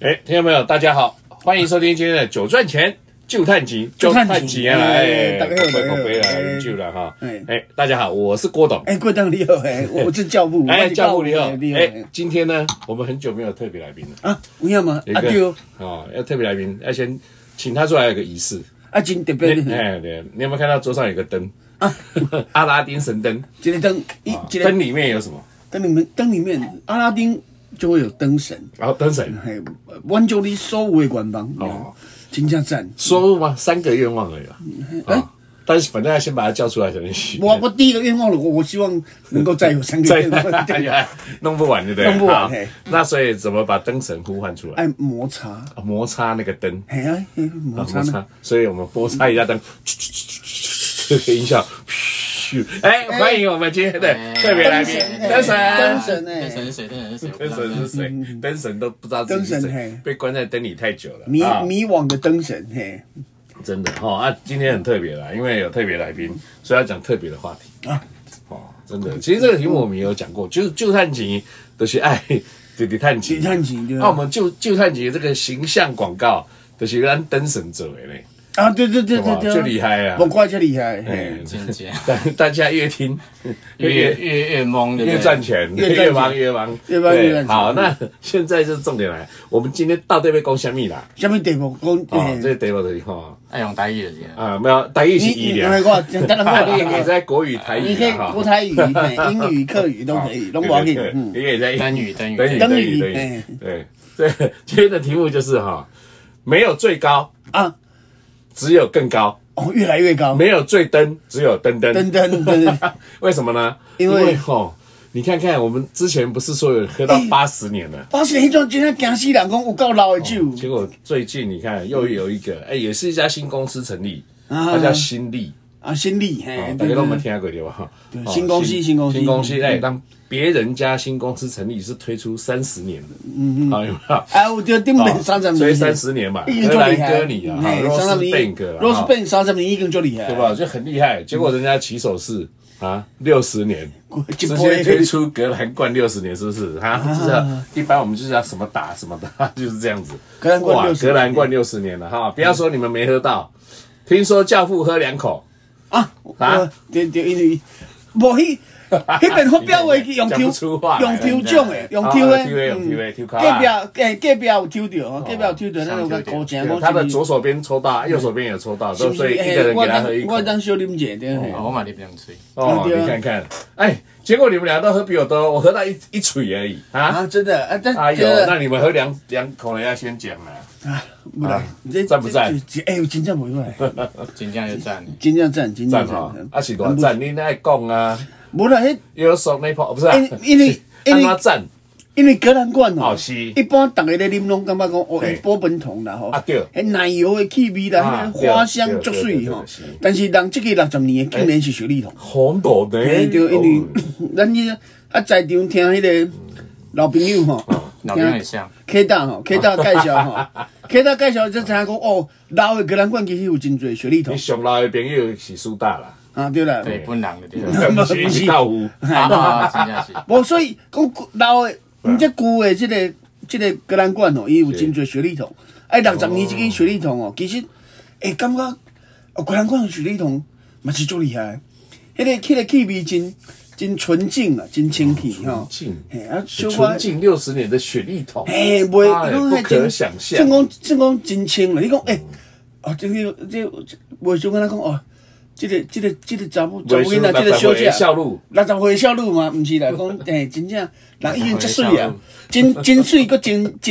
听众朋友，大家好，欢迎收听今天的酒赚钱就探集，就探集啊！ 大家好， 口碑了，酒了哈。大家好，我是郭董。 郭董你好，我是教父。 教父你好。今天呢，我们很久没有特别来宾了啊？有影吗？ 对哦，要特别来宾，要先请他出来有个仪式啊，真特别。 对，你有没有看到桌上有个灯啊？阿拉丁神灯。 这个灯， 灯里面有什么？ 灯里面，阿拉丁就会有灯神。 然后灯神， 满足你所有的愿望。哦，真正赞。 说吗？3个愿望而已啊。但是反正要先把他叫出来才能许。 我第一个愿望了，我希望能够再有3个愿望。 弄不完对不对？ 弄不完。 那所以怎么把灯神呼唤出来？ 摩擦。 摩擦那个灯。 摩擦。 所以我们摩擦一下灯，这个音效。欢迎我们今天的特别来宾灯神。 灯神是谁？灯神都不知道自己是谁，被关在灯里太久了。 迷惘的灯神， 真的今天很特别啦，因为有特别来宾，所以要讲特别的话题啊。真的，其实这个题目我们也有讲过，就是旧探集都是爱对探集，那我们旧探集这个形象广告都是让灯神做的嘞。 啊，对， 就厉害啊！ 不怪就厉害， 大家越听越懵， 越赚钱，越忙。好，那现在就重点来，我们今天到底要讲什么啦？ 什么题目讲？ 这题目就是爱用台语的啊，没有台语是医疗，你也可以在国语、台语， 你可以国台语、英语、客语都可以，都可以。 你也在单语， 对，今天的题目就是没有最高啊。只有更高越来越高。 没有最灯，只有灯。为什么呢？因为你看看，我们之前不是说有喝到80年了 ？80年迄真正惊死人，讲有够老的酒。 结果最近你看又有一个，也是一家新公司成立，它叫新力啊，新力， 大家都没听过对吧？ 新公司， 让别人家新公司成立是推出30年的，有没有？ 我就顶面30年， 所以30年嘛，荷兰歌尼啊 ，Rosebank 30年已经就厉害， 对吧？就很厉害。结果人家起手是60年，直接推出格兰冠60年，是不是？就是一般我们就是要什么打，就是这样子。格兰冠60年了哈！不要说你们没喝到，听说教父喝2口对，因为无迄边发表话用抽奖诶，用抽诶，隔壁有抽到，那有个古井。 他的左手边抽到，右手边也抽到，所以一个人给他喝1口。 我当小啉者对。 我嘛啉2嘴。 你看看，结果你们俩都喝比我多，我喝到一嘴而已啊！ 真的哎呦，那你们喝两口人要先讲了不来， 赞不赞？ 真正袂来， 真正就赞， 真正赞是多赞，你爱讲啊。 无啦， 有手那泡不是？ 因为赞， 因为格兰冠一般大家咧啉拢感觉讲伊波本桶啦对， 奶油的气味啦，花香足水但是人这个60年的竟然是雪莉桶， 红豆的， 对，因为咱在场听迄个老朋友老朋友也像 K 大介绍K 大介绍才知影讲老的格兰冠其实有真侪雪莉桶。 你上老的朋友是苏大啦。 对啦， 对本人的对， 不是道夫， 真正是。 无所以讲老的，这旧的这个格兰冠伊有真侪雪莉桶。60年这个雪莉桶其实感觉格兰冠的雪莉桶嘛是足厉害。迄个气味真纯净啊，真清气纯净60年的雪莉桶， 不可想象。 正讲真清了，你讲这袂想跟他讲这个查某囡仔，这个小姐，60岁少女嘛，毋是啦，讲真正人已经足水啊，真水，搁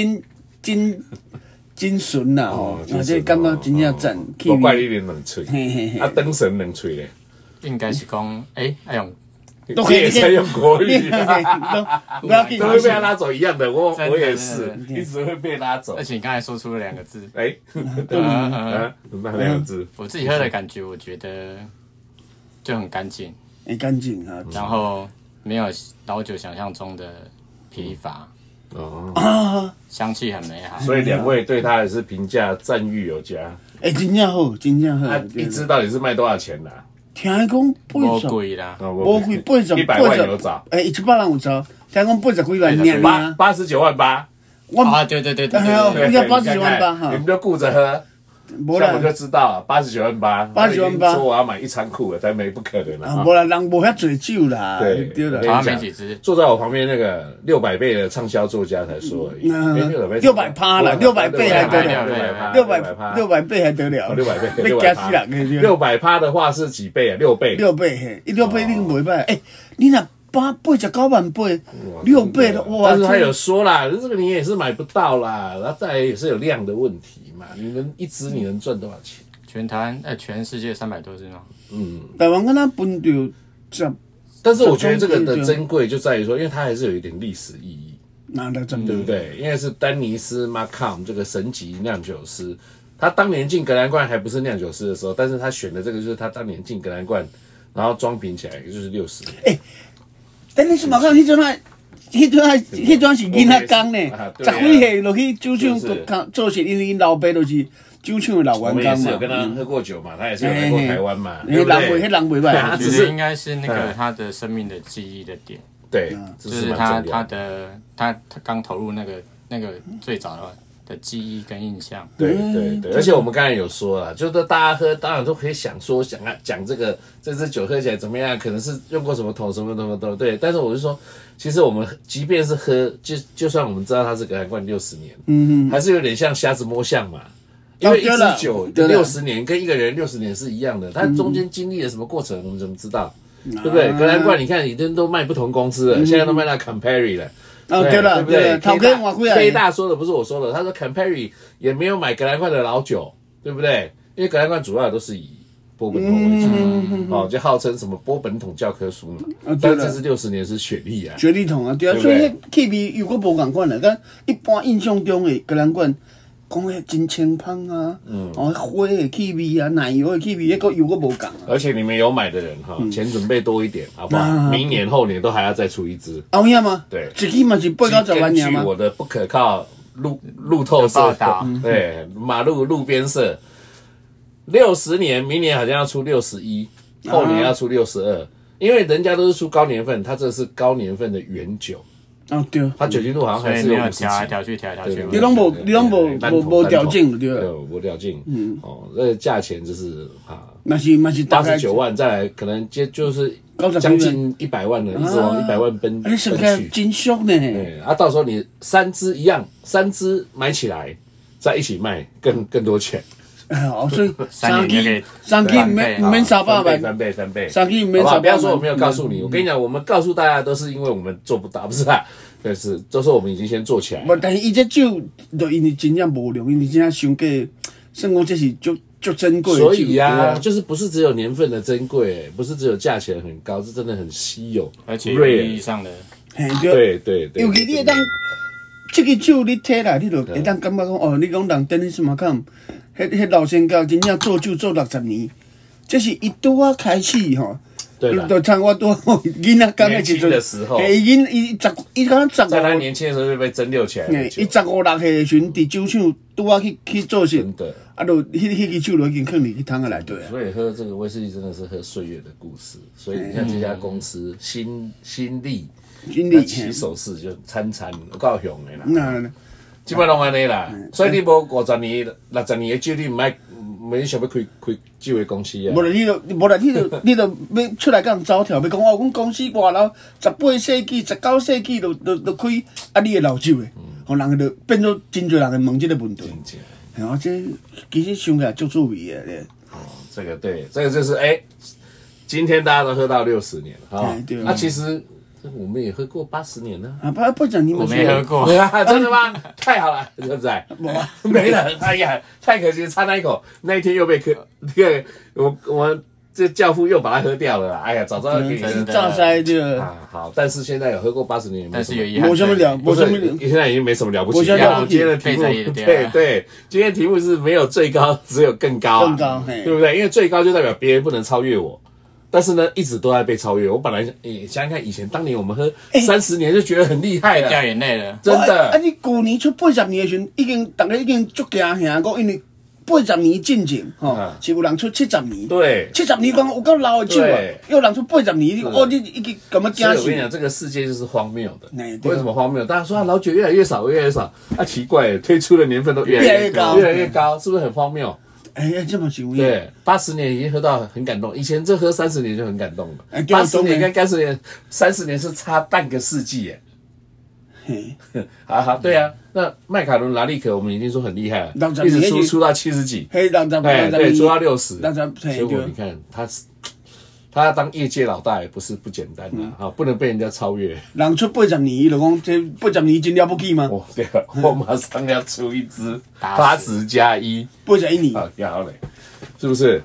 真纯啦这感觉真正赞。 我怪你啉2嘴，灯神2嘴咧， 应该是讲爱用。 都可以用国语， 都会被他拉走一样的。我也是，一直会被拉走。 而且你刚才说出了2个字， 哪2个字？ 我自己喝的感觉，我觉得就很干净， 干净啊， 然后没有老酒想象中的疲乏，香气很美好。 所以2位对他也是评价赞誉有加。 真正好，真正好。 一支到底是卖多少钱啦？ 听讲 80，无贵啦， 无贵80，100 万有找 ，100人有找，听讲80几万年 89万8。 啊，对， 应该89万8哈。 你们就顾着喝。像我就知道89万8，说我要买一仓库了，但没不可能了。 无啦，人无遐多酒啦， 对啦。 他没几支。 坐在我旁边那个600倍的畅销作家才说而已 ，600%啦，600倍还得了，600倍还得了 ，600倍， 要惊死人 ，600%的话是几倍啊？6倍 ，6倍嘿，6倍你袂歹。哎，你若89万倍，6倍的哇！ 但是他有说啦，这个你也是买不到啦，然后再来也是有量的问题嘛。你们一支你能赚多少钱？ 全台湾全世界300多支吗？ 台湾跟他分掉这。 但是我觉得这个的珍贵就在于说，因为它还是有一点历史意义，对不对？因为是丹尼斯·马卡姆这个神级酿酒师，他当年进格兰冠还不是酿酒师的时候，但是他选的这个就是他当年进格兰冠，然后装瓶起来也就是60年。 但你是马看，迄阵是囡仔工呢，10几岁落去酒厂做事，因为因老爸都是酒厂的老员工嘛。 我们也是有跟他喝过酒嘛，他也是有来过台湾嘛， 对不对？人袂歹， 只是应该是那个他的生命的记忆的点， 对， 就是他刚投入那个最早的记忆跟印象。 对，而且我们刚才有说了，就是大家喝当然都可以想讲这支酒喝起来怎么样，可能是用过什么桶什么都对，但是我是说，其实我们即便是喝，就算我们知道它是格兰冠60年，还是有点像瞎子摸象嘛。因为一支酒60年跟一个人60年是一样的，它中间经历了什么过程，我们怎么知道？对不对？格兰冠你看已经都卖不同公司了，现在都卖到 Campari 了。 对了， 对不对？K 大大说的不是我说的，他说 Campari 也没有买格兰冠的老酒，对不对？因为格兰冠主要都是以波本桶为主，就号称什么波本桶教科书嘛。但这是60年是雪莉啊， 雪莉桶啊，对啊，所以气味又个无共款了。但一般印象中的格兰冠，讲迄真清芳啊，花的气味啊，奶油的气味，那个又个无共。 而且你们有买的人哈，钱准备多一点，好不好？明年后年都还要再出一支。 有影吗？ 对， 一支嘛是8到10万年吗？ 根据我的不可靠路透社，对，马路边社，60年，明年好像要出61，后年要出62，因为人家都是出高年份，它这是高年份的原酒。 对， 它酒精度好像还是有调来调去。 你拢无调整对了。 对，无调整。这个价钱就是嘛是大概 89万，再来可能就是将近100万了，一直往100万奔去。真俗呢。 对，到时候你3支一样，3支买起来再一起卖，更多钱。 所以 3支免300万， 翻倍 3支免300万。 不要说我没有告诉你，我跟你讲，我们告诉大家都是因为我们做不到，不是啦，就是都说我们已经先做起来。 但是伊这酒就因为真正无量，因为真正伤价，算讲这是就珍贵的酒。 所以就是不是只有年份的珍贵，不是只有价钱很高，是真的很稀有， 而且意义上的。 对， 尤其你会当这个酒你摕来，你就会当感觉讲你讲人等于什么看？迄老先教真正做酒做60年，这是伊拄啊开始吼，就像我拄囡仔刚的时候， 伊刚10， 在他年轻的时候就被蒸馏起来。 伊15、16岁时阵，伫酒厂拄啊去做事， 真的， 就迄个酒就已经放入去桶内底啊。 所以喝这个威士忌真的是喝岁月的故事。所以你看这家公司新力起手式就参有够凶的啦。基本拢安尼啦，所以你无50年、60年的酒，你唔想要开酒的公司啊？ 无啦，你就要出来甲人走跳，要讲阮公司外头18世纪、19世纪就开你的老酒的，互人就变做真侪人会问这个问题。这其实想起来足趣味的。 这个对，这个就是今天大家都喝到60年了那其实。我们也喝过80年了不讲你们我没喝过， 真的吗？太好了，是不是？没了，哎呀，太可惜，差那一口，那一天又被我这教父又把它喝掉了，哎呀，早知道给你榨塞的好，但是现在有喝过80年， 但是有遗憾， 没什么了， 现在已经没什么了不起。我们今天的题目，对，今天题目是没有最高，只有更高，对不对？因为最高就代表别人不能超越我。但是呢，一直都在被超越。我本来想想看，以前当年我们喝30年就觉得很厉害了， 掉眼泪了， 真的。 你去年出80年的时候，大家已经足惊吓，讲因为 80年进前，是有人出70年， 对 ，70年讲有够老的酒啊，有人出80年，你已经咁么惊死。 所以我跟你讲，这个世界就是荒谬的。为什么荒谬？大家说老酒越来越少，越来越少，奇怪，推出的年份都越来越高，越来越高，是不是很荒谬？ 这么久对，80年已经喝到很感动，以前这喝30年就很感动了，80年跟30年，30年是差半个世纪耶。好，对啊，那麦卡伦拉力可我们已经说很厉害了，一直出到70几，对，出到60，结果你看他要当业界老大也不是不简单的不能被人家超越。 人出80年，就讲这80年真了不起吗？ 对啊，我马上要出一支80+1，81 年， 好嘞，是不是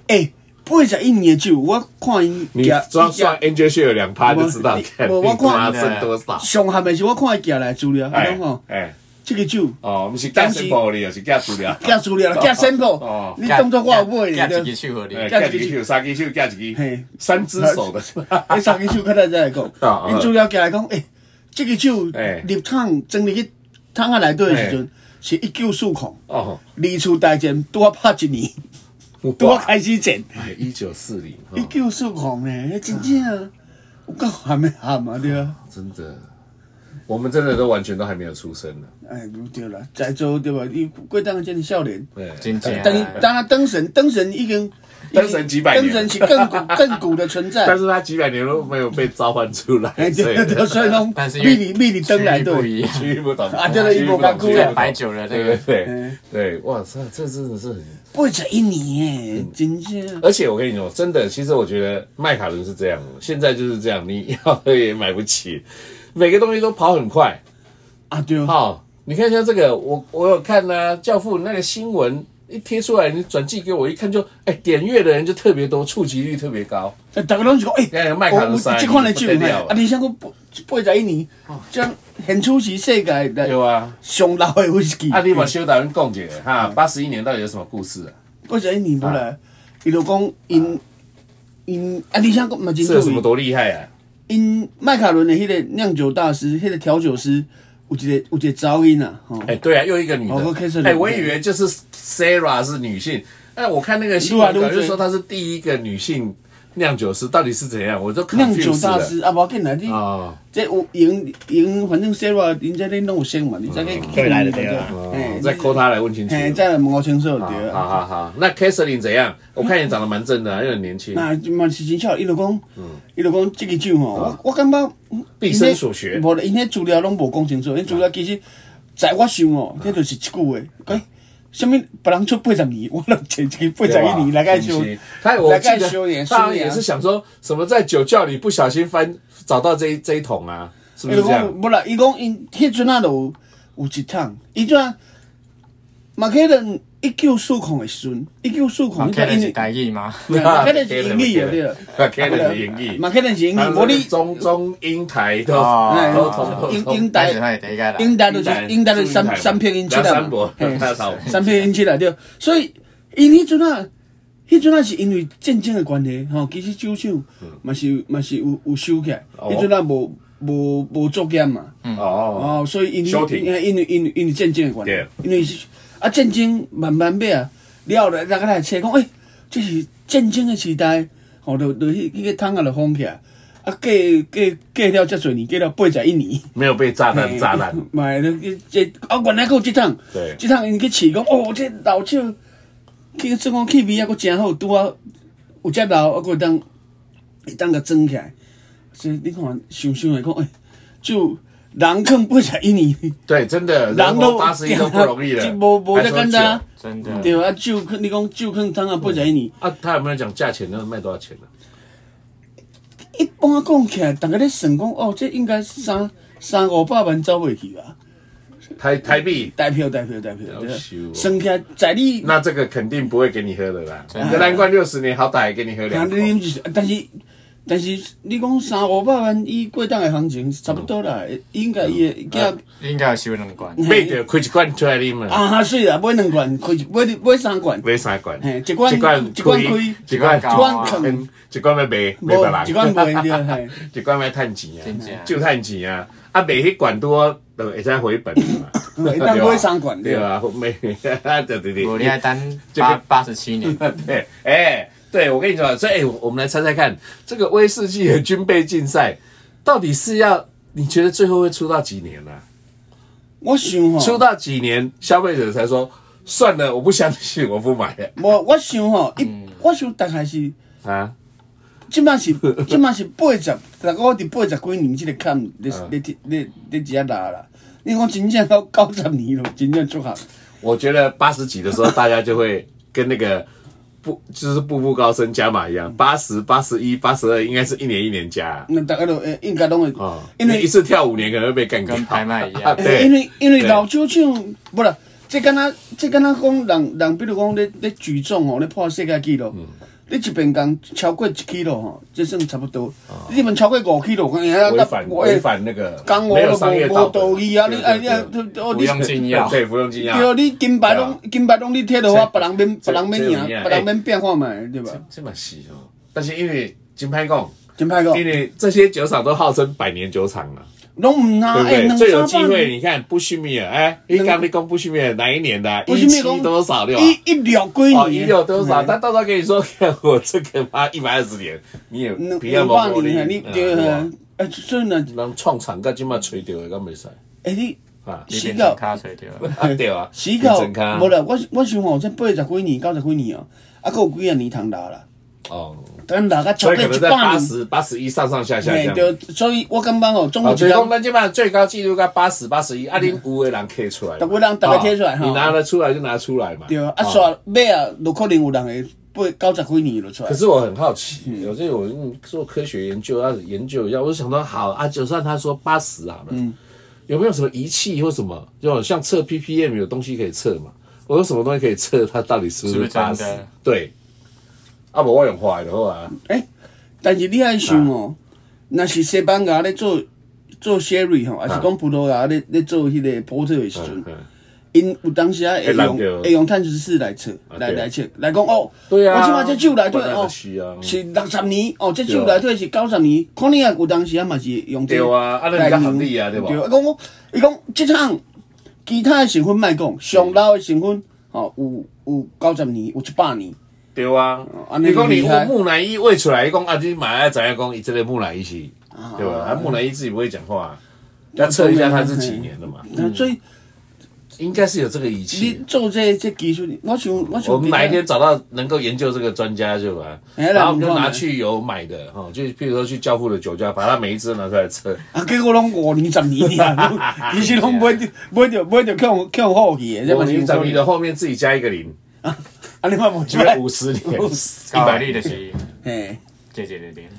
？81年的酒，我看你算 Angel Share 2%就知道，我看剩多少。 上含的是我看伊寄来资料，这个酒不是寄 sample 哩，是寄资料， 寄资料，寄 sample。你当作我有买的， 寄一支手给你， 寄一支手，3支手，寄一支，3只手的。 你3支手，较早再来讲。因资料寄来讲，这个酒入桶装入去桶仔内底的时阵，是1940。二次大战拄啊拍1年，拄啊开始战。1940呢，真正有够含啊，对啊。 真的。我们真的都完全都还没有出生呢。 对了，在座对吧？你过当真少年， 真正。 当然灯神已经灯神几百年， 灯神是亘古的存在。 但是他几百年都没有被召唤出来， 对，所以讲秘密灯来对， 区域不同就是一模干枯了， 摆久了， 对，哇塞，这真的是很 81年耶，真正。 而且我跟你说，真的，其实我觉得麦卡伦是这样，现在就是这样，你要喝也买不起。每个东西都跑很快对。 你看像这个，我有看教父那个新闻一贴出来，你转寄给我，一看就点阅的人就特别多，触及率特别高。 大家拢是讲麦卡伦这款的酒你想讲81年，这样现出是世界对啊上老的威士忌。 你把修导人讲一下81年到底有什么故事 81年不啦，伊就讲因你想讲嘛真有什么多厉害啊？ 因麦卡伦的迄个酿酒大师，迄个调酒师，有一个噪音对啊，又一个女的。我以为就是 Sarah 是女性，我看那个新闻稿就说她是第一个女性酿酒师，到底是怎样？我都 confused 了。酿酒大师无要紧啦，你这有赢，反正 Sarah 人家你拢有先嘛，你再可以来的对啊。 再 call 他来问清楚。 再来问我清楚对。 好，那 Catherine 怎样？我看你长得蛮正的，又很年轻。 那嘛是真巧，伊就讲这个酒我感觉毕生所学。 无，因迄资料拢无讲清楚，因资料其实在我想这就是一句话，什么别人出80年，我能前一个81年来个修， 我记得他也是想说什么在酒窖里不小心找到这一桶是不是这样？ 不啦，伊讲因迄阵有一桶，伊阵马克伦1940的时阵，1940 马克伦是台语吗？ 马克伦是英语对。 马克伦是英语， 马克伦是英语，无你中英台都英台就是三片音7啦，3片音7啦对。所以因迄阵是因为战争的关系其实酒厂嘛是有收起来，迄阵无作业嘛，所以因为战争的关系，因为战争慢慢了了，大家来猜讲，这是战争的时代，就迄个桶就封起来，隔了遮侪年，隔了81年， 没有被炸弹。 买了原来还有这桶，这桶因去试讲，这老酒，这讲气味还佫真好，拄啊有遮老，佫会当甲装起来，所以你看想来讲，就。人坑81年， 对，真的，人都81都不容易了， 无得简单， 真的。 对你讲酒坑汤81年， 他有没有讲价钱呢？卖多少钱呢？ 一般讲起来，大家咧算讲，这应该300-500万走袂去吧？ 台币， 代票，算起来在你那这个肯定不会给你喝的啦。格兰冠60年，好歹还给你喝2口。 但是你讲300-500万，以过当的行情差不多啦，应该伊应该收2罐， 买着开1罐出来啉嘛。 是啦，买2罐，买3罐， 买3罐， 一罐开， 一罐坑，一罐要卖别人， 一罐卖对， 一罐要趁钱啊，就趁钱啊。卖迄罐拄会再回本嘛， 一旦买3罐对啊，对， 我厉害单87年， 对，对我跟你说，所以我们来猜猜看，这个威士忌的军备竞赛到底是要你觉得最后会出到几年呢？ 我想吼， 出到几年消费者才说算了，我不相信，我不买了。 我想吼，我想大概是啊， 即摆是80，大概我伫80几年即个坎，你一下拉啦。你讲真正到90年咯，真正出行。 我觉得80几的时候，大家就会跟那个就是步步高升加码一样，80、81、82应该是一年一年加。 那大概都应该拢会， 因为一次跳5年可能会被干掉， 跟拍卖一样。 对， 因为老酒厂不啦，这敢若讲人，比如讲咧举重吼，咧破世界纪录。你一边讲超过1 kg 吼，这算差不多。你们超过5 kg， 违反那个讲没有商业道德。 无道义啊！你服用禁药， 对，服用禁药。 对，你金牌拢你摕落我，别人免赢，别人免变看卖，对吧？ 这么细哦，但是因为真歹讲， 因为这些酒厂都号称100年酒厂了。 拢唔拿， 对不对？最有机会，你看布须米尔，你讲布须米尔哪一年的？17多少六 ？16几年 ？16多少？他到时候跟你说，我这个妈120年，你也不要冒过你对所以呢， 人创厂到今嘛吹掉的，敢袂使？ 你死到卡吹掉， 对啊， 死到无啦，我想吼，这80几年、90几年哦，还有几啊年通拿啦。哦。等大家超过100年 ，81上下这样。 对，所以我感觉吼， 所以讲咱即摆最高纪录到80、81，啊，恁有的人刻出来， 有的人大家刻出来， 你拿得出来就拿出来嘛。 对啊，煞买啊，有可能有人会90几年就出来。 可是我很好奇，有些我做科学研究要研究一下，我就想到好啊，就算他说80好了，有没有什么仪器或什么，就像测 ppm 有东西可以测嘛？我有什么东西可以测它到底是不是80？对。啊，无我用坏就好啊。 但是你爱想哦，若是西班牙咧做 sherry 吼，还是讲葡萄牙咧做迄个波特的时阵，因有当时啊会用碳十四来测，来测，来讲哦。 对啊。 我即摆这酒内底哦，是60年哦，这酒内底是90年，可能啊有当时啊嘛是用这。 对啊，啊，那较合理啊，对吧？ 对，伊讲这厂其他的成分莫讲，上老的成分哦有90年，有100年。 对啊，你讲你木乃伊喂出来，你讲啊，你马上知影讲，伊这个木乃伊是，对吧？啊，木乃伊自己不会讲话，要测一下它是几年的嘛。 所以应该是有这个仪器。 你做这技术，我想， 我们哪一天找到能够研究这个专家就吧，然后我们就拿去有买的哈，就譬如说去教父的酒窖，把它每一支拿出来测。 啊，结果拢5年、10年啊，其实拢买着去好去的。 5年、10年的后面自己加一个0。 啊，你看无？ 就50年 ，100年就是，这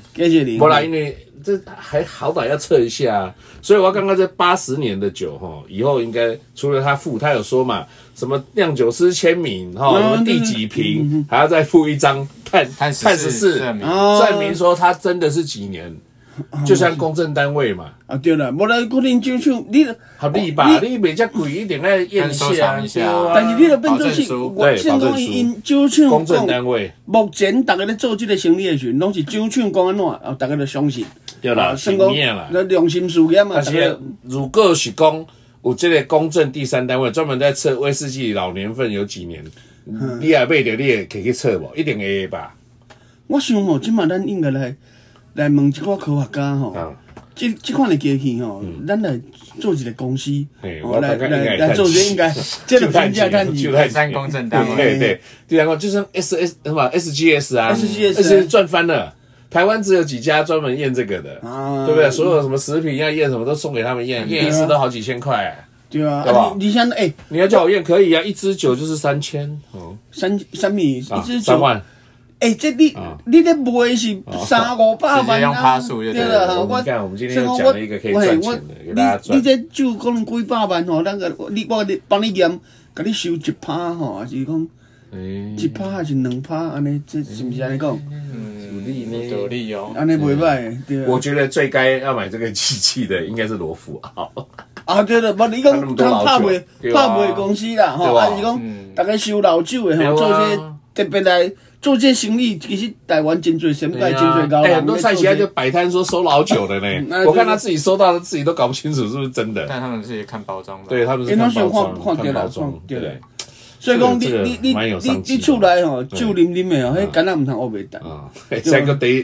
0， 不啦，因为这还好歹要测一下，所以我刚刚这80年的酒哈，以后应该除了他有说嘛，什么酿酒师签名哈，什么第几瓶，还要再附一张碳十四证明说他真的是几年。就像公证单位嘛， 啊对了，无来可能酒厂你合理吧？你卖遮贵一定要验下， 但是你著变做是，我先讲因酒厂公证单位， 目前大家咧做这个生意的时，拢是酒厂讲安怎，哦，大家都相信， 对啦，信念啦， 良心事业嘛。 但是如果是讲有这个公证第三单位专门在测威士忌老年份有几年，你也买着你也可以去测无？一定会吧？ 我想吼，即马咱应该来问一寡科学家吼，这款的机器吼，咱来做一个公司，来做这应该，这个评价看第三公证单位， 对，第三个就是 什么 SGS 啊 ，SGS 赚翻了。台湾只有几家专门验这个的，对不对？所有什么食品要验什么都送给他们验，验一次都好几千块。 对啊，对吧？你像你要叫我验可以啊，一支酒就是3000， 三米一支酒 3万。 这你咧卖是300-500万啊？对了， 我们今天又讲了一个可以赚钱的，给大家赚。 你这酒可能几百万吼，咱个我帮你验，甲你收1%吼，还是讲1%还是2%安尼？这是不是安尼讲？ 有利哦， 安尼袂歹。对。 我觉得最该要买这个机器的应该是罗浮奥。 啊，对了，无你讲拍卖公司啦，吼，还是讲大家收老酒的吼，做些特别来做这生意，其实台湾真多先辈真多高人。 很多菜市场就摆摊说收老酒的呢。我看他自己收到的，自己都搞不清楚是不是真的。 但他们自己看包装的。 对，他们是看包装，对。 所以讲，你出来吼，酒啉啉的吼，迄敢若唔通乌白蛋。 再个第，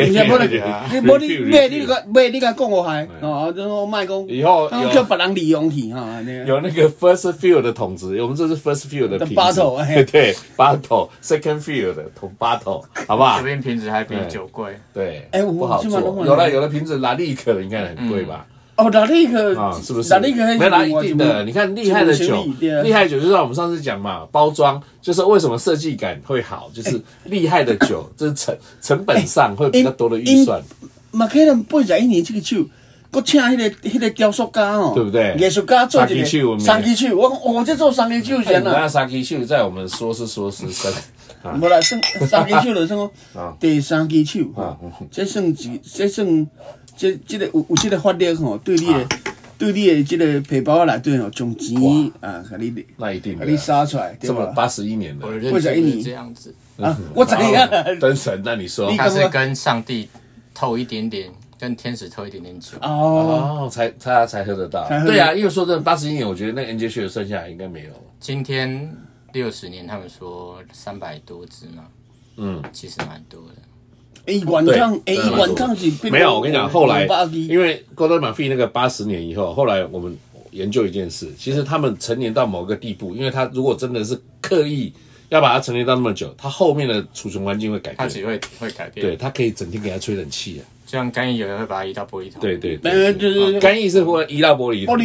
你甲讲我害哦，就卖讲以后叫别人利用去哈。 有那个 first fill 的桶子，我们这是 first fill 的瓶子。对 bottle second fill 的桶 bottle， 好不好？ 这边瓶子还比酒贵。 对，不好做。有的瓶子拿利可的，应该很贵吧？ 哦，拿利可是不是？ 拿利可没拿一定的。你看厉害的酒，厉害的酒就像我们上次讲嘛，包装就是为什么设计感会好，就是厉害的酒，这是成本上会比较多的预算。 嘛，可能81年这个酒，佮请迄个雕塑家哦， 对不对？ 艺术家做一个三支手，我这做三支手先啦。 那三支手在我们说是生。 无啦，算三支手就算第三支手哈，这算这个有这个法律吼，对你的这个皮包内底吼，将钱啊，给你那一定给你撒出来， 这么81年的 ，81年这样子啊，我怎样？ 灯神，那你说他是跟上帝透一点点，跟天使透一点点酒哦，才喝得到。对啊，因为说真的，81年，我觉得那个 Angel Share 剩下来应该没有。 今天60年，他们说300多支嘛，其实蛮多的。 一碗汤是没有，我跟你讲，后来因为 Gordon Murphy 那个80年以后，后来我们研究一件事，其实他们成年到某个地步，因为他如果真的是刻意要把它陈列到那么久，它后面的储存环境会改变， 它只会改变。 对，它可以整天给它吹冷气啊。 就像干邑有人会把它移到玻璃桶。 对， 就是干邑是会移到玻璃的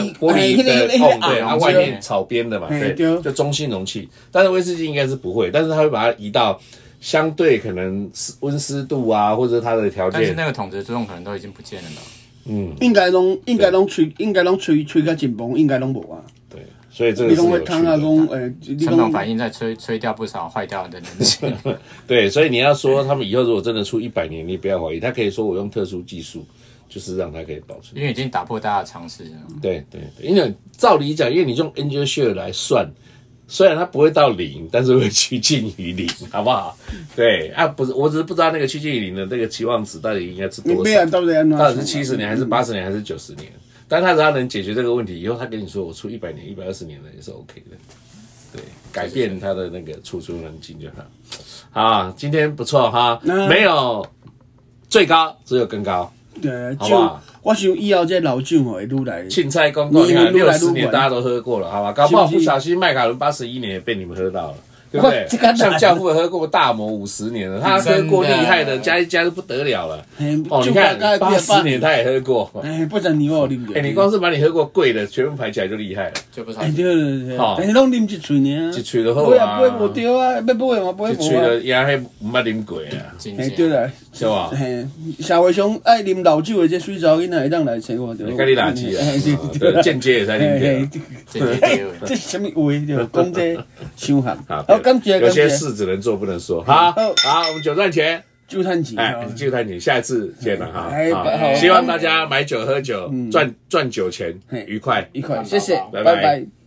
对，外面草边的嘛，对，就中性容器。但是威士忌应该是不会，但是它会把它移到相对可能温湿度啊，或者它的条件。 但是那个桶子的作用可能都已经不见了嘛。 应该拢吹个紧绷，应该拢无啊。 对。所以这个是有趣的。 成本反应在吹掉不少坏掉的能性。 对，所以你要说他们以后如果真的出100年，你不要怀疑，他可以说我用特殊技术，就是让它可以保存。 因为已经打破大家的常识了。 对，因为照理讲，因为你用 Angel Share 来算，虽然它不会到0，但是会趋近于0，好不好？对啊，不是，我只是不知道那个趋近于0的那个期望值到底应该是多少，到底是70年还是80年还是90年？但他只要能解决这个问题，以后他跟你说我出100年、120年的也是 OK 的，对，改变他的那个储存环境就好。好，今天不错哈，没有最高，只有更高， 对， 好不好？ 我想以后这老酒会愈来。 青菜公公，你看60年大家都喝过了，好吧？搞不好不小心麦卡伦81年也被你们喝到了。对不对？像教父喝过大魔50年了，他喝过厉害的，加一加就不得了了。哦，你看80年他也喝过。 不然你我啉过。 你光是把你喝过贵的全部排起来就厉害了， 就不少。 对，但是拢啉一喙呢。 一喙就好啊。不会无对啊，要买嘛不会无啊。 一喙就也迄唔捌啉过啊。 对啦， 是吧？ 社会上爱啉老酒的这水查某囡仔会当来找我。 跟你垃圾啊！对，间接也在啉掉。 这什么话？就讲这伤寒。 好，有些事只能做不能说。好，我们酒赚钱， 就赚钱， 就赚钱，下次见了哈。希望大家买酒喝酒，赚酒钱，愉快， 谢谢，拜拜。